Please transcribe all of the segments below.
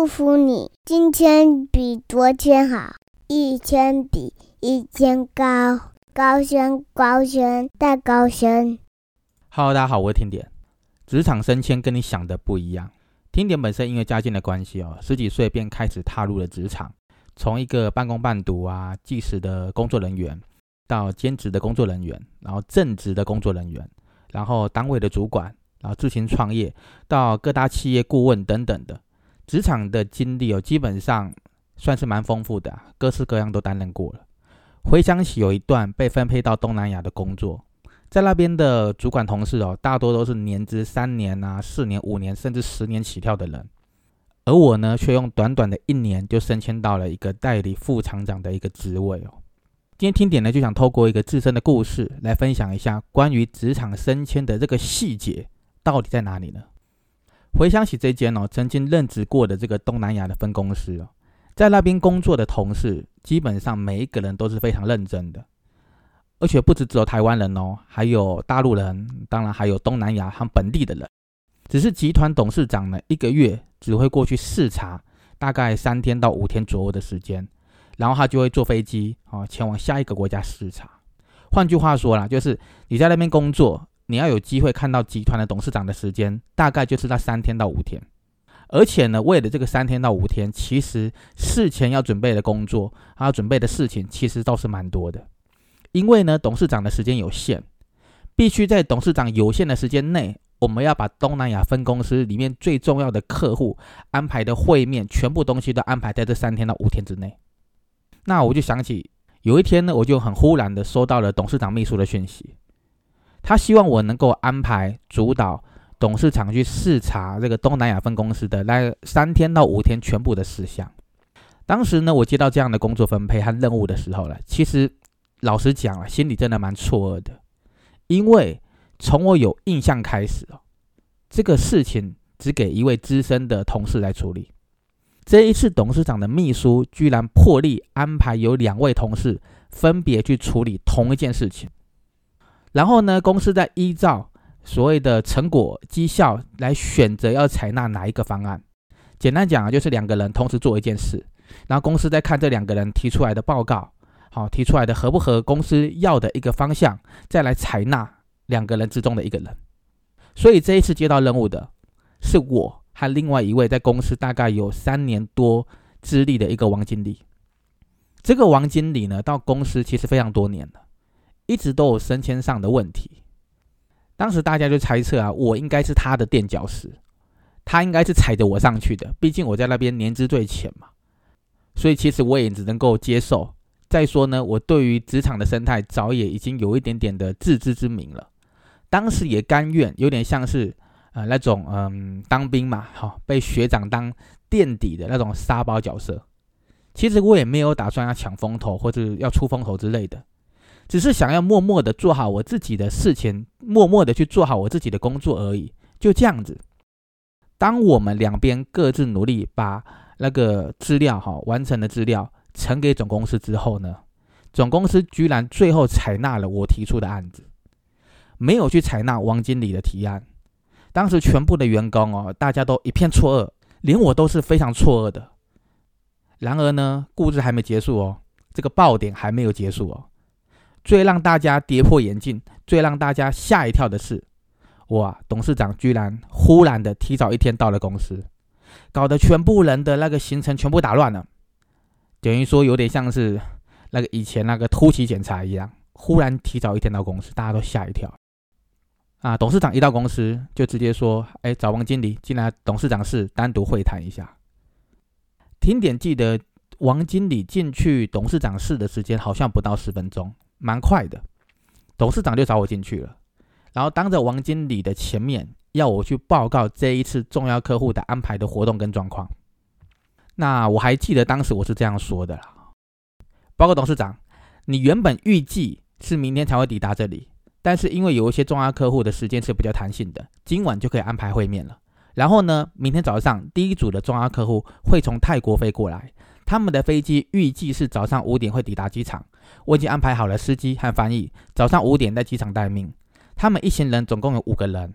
祝福你今天比昨天好，一天比一天高，高升高升再高升。 Hello， 大家好，我是听点。职场升迁跟你想的不一样。听点本身因为家境的关系10几岁便开始踏入了职场，从一个半工半读计时的工作人员，到兼职的工作人员，然后正职的工作人员，然后单位的主管，然后自行创业，到各大企业顾问等等的。职场的经历基本上算是蛮丰富的，各式各样都担任过了。回想起有一段被分配到东南亚的工作，在那边的主管同事大多都是年资3年4年5年甚至10年起跳的人，而我呢却用短短的1年就升迁到了一个代理副厂长的一个职位今天听点呢就想透过一个自身的故事来分享一下关于职场升迁的这个细节到底在哪里呢？回想起这间曾经任职过的这个东南亚的分公司在那边工作的同事基本上每一个人都是非常认真的，而且不只有台湾人还有大陆人，当然还有东南亚和本地的人。只是集团董事长呢1个月只会过去视察大概3天到5天左右的时间，然后他就会坐飞机前往下一个国家视察。换句话说啦，就是你在那边工作，你要有机会看到集团的董事长的时间大概就是那3天到5天。而且呢，为了这个3天到5天，其实事前要准备的工作还要准备的事情其实倒是蛮多的。因为呢，董事长的时间有限，必须在董事长有限的时间内，我们要把东南亚分公司里面最重要的客户安排的会面，全部东西都安排在这3天到5天之内。那我就想起有一天呢，我就很忽然的收到了董事长秘书的讯息，他希望我能够安排主导董事长去视察这个东南亚分公司的那3天到5天全部的事项。当时呢，我接到这样的工作分配和任务的时候其实老实讲心里真的蛮错愕的，因为从我有印象开始这个事情只给一位资深的同事来处理。这一次董事长的秘书居然破例安排有2位同事分别去处理同一件事情，然后呢，公司再依照所谓的成果绩效来选择要采纳哪一个方案。简单讲就是2个人同时做一件事，然后公司再看这2个人提出来的报告提出来的合不合公司要的一个方向，再来采纳2个人之中的1个人。所以这一次接到任务的是我和另外一位在公司大概有3年多资历的一个王经理。这个王经理呢，到公司其实非常多年了，一直都有升迁上的问题。当时大家就猜测我应该是他的垫脚石，他应该是踩着我上去的，毕竟我在那边年资最浅嘛。所以其实我也只能够接受。再说呢，我对于职场的生态早也已经有一点点的自知之明了，当时也甘愿，有点像是那种当兵嘛被学长当垫底的那种沙包角色。其实我也没有打算要抢风头或者要出风头之类的，只是想要默默的做好我自己的事情，默默的去做好我自己的工作而已，就这样子。当我们2边各自努力把那个资料完成的资料呈给总公司之后呢，总公司居然最后采纳了我提出的案子，没有去采纳王经理的提案。当时全部的员工大家都一片错愕，连我都是非常错愕的。然而呢，故事还没结束这个爆点还没有结束最让大家跌破眼镜，最让大家吓一跳的是，我董事长居然忽然的提早1天到了公司，搞得全部人的那个行程全部打乱了。等于说有点像是那个以前那个突击检查一样，忽然提早1天到公司，大家都吓一跳董事长一到公司就直接说找王经理进来董事长室单独会谈一下。听点记得王经理进去董事长室的时间好像不到10分钟，蛮快的。董事长就找我进去了，然后当着王经理的前面要我去报告这一次重要客户的安排的活动跟状况。那我还记得当时我是这样说的啦，报告董事长，你原本预计是明天才会抵达这里，但是因为有一些重要客户的时间是比较弹性的，今晚就可以安排会面了。然后呢，明天早上第一组的重要客户会从泰国飞过来，他们的飞机预计是早上5点会抵达机场，我已经安排好了司机和翻译，早上5点在机场待命。他们一行人总共有5个人，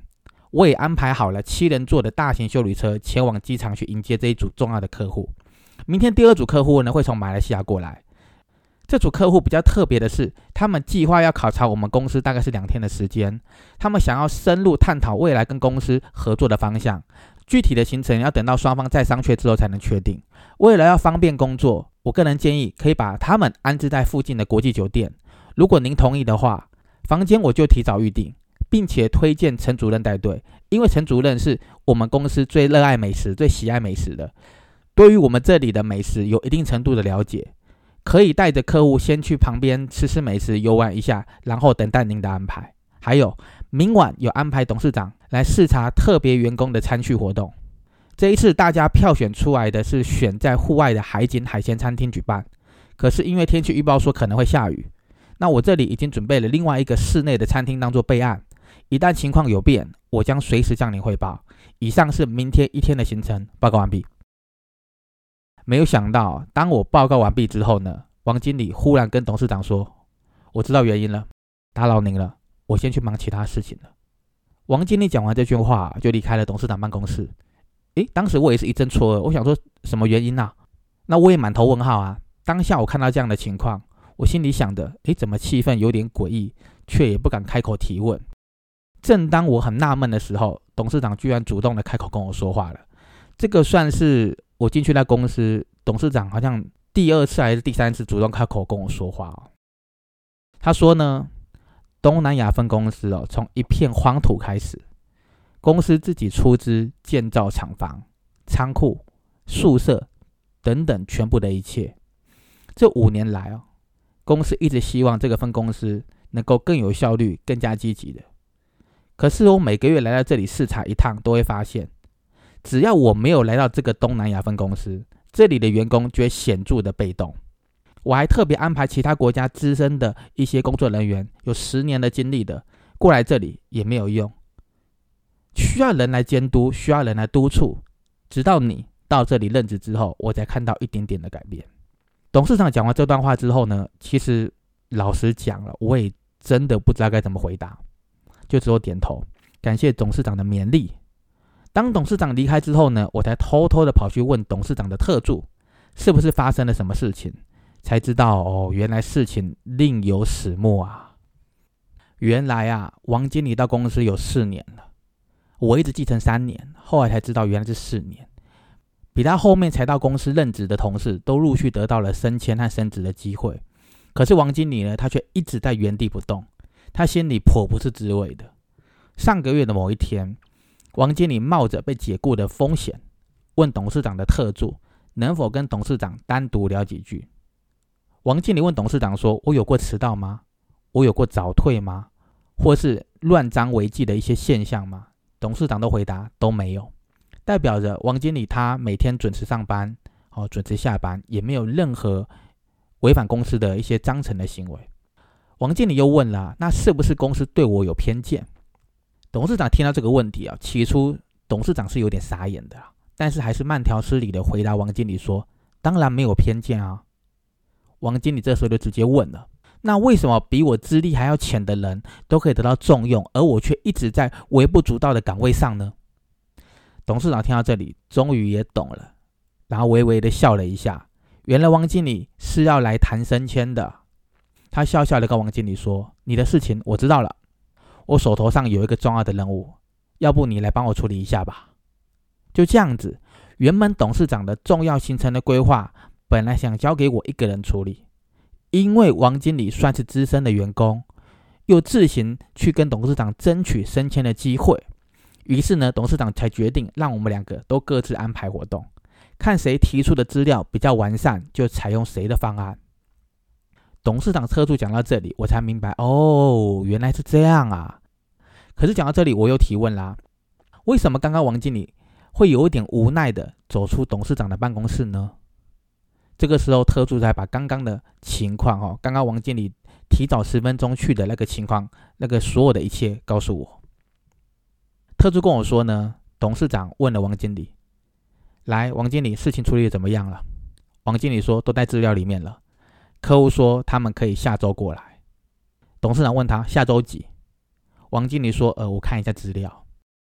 我也安排好了7人座的大型休旅车前往机场去迎接这一组重要的客户。明天第2组客户呢会从马来西亚过来。这组客户比较特别的是，他们计划要考察我们公司大概是2天的时间，他们想要深入探讨未来跟公司合作的方向，具体的行程要等到双方再商榷之后才能确定。为了要方便工作，我个人建议可以把他们安置在附近的国际酒店，如果您同意的话，房间我就提早预定，并且推荐陈主任带队，因为陈主任是我们公司最热爱美食、最喜爱美食的，对于我们这里的美食有一定程度的了解，可以带着客户先去旁边吃吃美食、游玩一下，然后等待您的安排。还有，明晚有安排董事长来视察特别员工的餐叙活动。这一次大家票选出来的是选在户外的海景海鲜餐厅举办，可是因为天气预报说可能会下雨，那我这里已经准备了另外一个室内的餐厅当作备案，一旦情况有变，我将随时向您汇报。以上是明天1天的行程，报告完毕。没有想到，当我报告完毕之后呢，王经理忽然跟董事长说：“我知道原因了，打扰您了，我先去忙其他事情了。”王经理讲完这句话就离开了董事长办公室。当时我也是一阵错愕，我想说什么原因啊？那我也满头问号啊。当下我看到这样的情况，我心里想的，怎么气氛有点诡异，却也不敢开口提问。正当我很纳闷的时候，董事长居然主动的开口跟我说话了。这个算是我进去那公司，董事长好像第2次还是第3次主动开口跟我说话哦。他说呢，东南亚分公司从一片荒土开始，公司自己出资建造厂房、仓库、宿舍等等全部的一切。这5年来公司一直希望这个分公司能够更有效率、更加积极的。可是我每个月来到这里视察一趟，都会发现，只要我没有来到这个东南亚分公司，这里的员工就会显著的被动。我还特别安排其他国家资深的一些工作人员，有10年的经历的过来这里也没有用，需要人来监督，需要人来督促，直到你到这里任职之后，我才看到一点点的改变。董事长讲完这段话之后呢，其实老实讲了，我也真的不知道该怎么回答，就只有点头，感谢董事长的勉励。当董事长离开之后呢，我才偷偷的跑去问董事长的特助，是不是发生了什么事情，才知道原来事情另有始末啊。原来王经理到公司有4年了，我一直继承3年，后来才知道原来是4年。比他后面才到公司任职的同事都陆续得到了升迁和升职的机会，可是王经理呢，他却一直在原地不动，他心里颇不是滋味的。上个月的某一天，王经理冒着被解雇的风险，问董事长的特助能否跟董事长单独聊几句。王经理问董事长说：“我有过迟到吗？我有过早退吗？或是乱章违纪的一些现象吗？”董事长都回答都没有，代表着王经理他每天准时上班，准时下班，也没有任何违反公司的一些章程的行为。王经理又问了，那是不是公司对我有偏见？董事长听到这个问题起初董事长是有点傻眼的，但是还是慢条斯理的回答王经理说：“当然没有偏见啊。”王经理这时候就直接问了：“那为什么比我资历还要浅的人都可以得到重用，而我却一直在微不足道的岗位上呢？”董事长听到这里终于也懂了，然后微微的笑了一下，原来王经理是要来谈升迁的。他笑笑的跟王经理说：“你的事情我知道了，我手头上有一个重要的任务，要不你来帮我处理一下吧。”就这样子，原本董事长的重要行程的规划本来想交给我一个人处理，因为王经理算是资深的员工，又自行去跟董事长争取升迁的机会，于是呢，董事长才决定让我们2个都各自安排活动，看谁提出的资料比较完善，就采用谁的方案。董事长特助讲到这里，我才明白，原来是这样啊。可是讲到这里，我又提问啦，为什么刚刚王经理会有一点无奈的走出董事长的办公室呢？这个时候，特助才把刚刚的情况，刚刚王经理提早10分钟去的那个情况，那个所有的一切告诉我。特助跟我说呢，董事长问了王经理：“来，王经理，事情处理得怎么样了？”王经理说：“都在资料里面了。客户说他们可以下周过来。”董事长问他：“下周几？”王经理说：“我看一下资料。”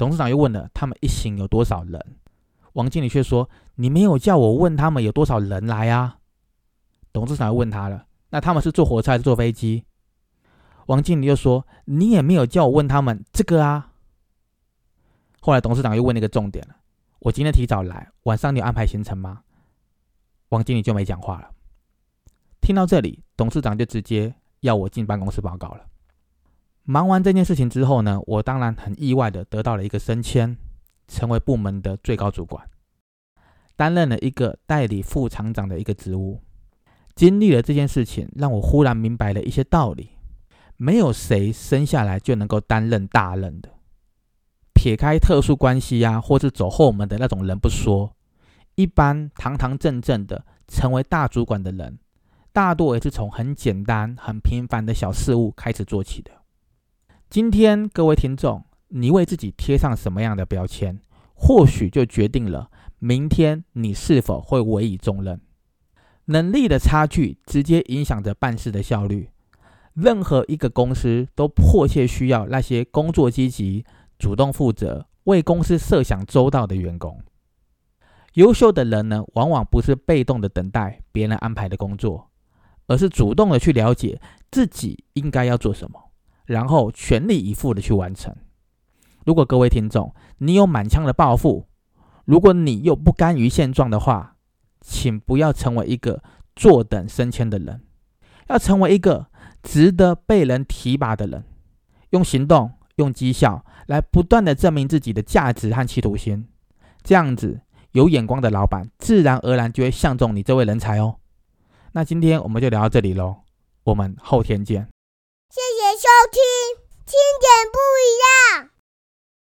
董事长又问了他们一行有多少人，王经理却说你没有叫我问他们有多少人来啊。董事长又问他了，那他们是坐火车还是坐飞机？王经理又说你也没有叫我问他们这个啊。后来董事长又问了一个重点了，我今天提早来，晚上你有安排行程吗？王经理就没讲话了。听到这里，董事长就直接要我进办公室报告了。忙完这件事情之后呢，我当然很意外的得到了一个升迁，成为部门的最高主管，担任了一个代理副厂长的一个职务。经历了这件事情，让我忽然明白了一些道理。没有谁生下来就能够担任大任的，撇开特殊关系啊，或是走后门的那种人不说，一般堂堂正正的成为大主管的人，大多也是从很简单很平凡的小事物开始做起的。今天各位听众，你为自己贴上什么样的标签，或许就决定了明天你是否会委以重任。能力的差距直接影响着办事的效率，任何一个公司都迫切需要那些工作积极、主动负责、为公司设想周到的员工。优秀的人呢，往往不是被动的等待别人安排的工作，而是主动的去了解自己应该要做什么，然后全力以赴的去完成。如果各位听众你有满腔的抱负，如果你又不甘于现状的话，请不要成为一个坐等升迁的人，要成为一个值得被人提拔的人，用行动、用绩效来不断的证明自己的价值和企图心。这样子，有眼光的老板自然而然就会相中你这位人才哦。那今天我们就聊到这里咯，我们后天见。 谢谢收听，听点不一样。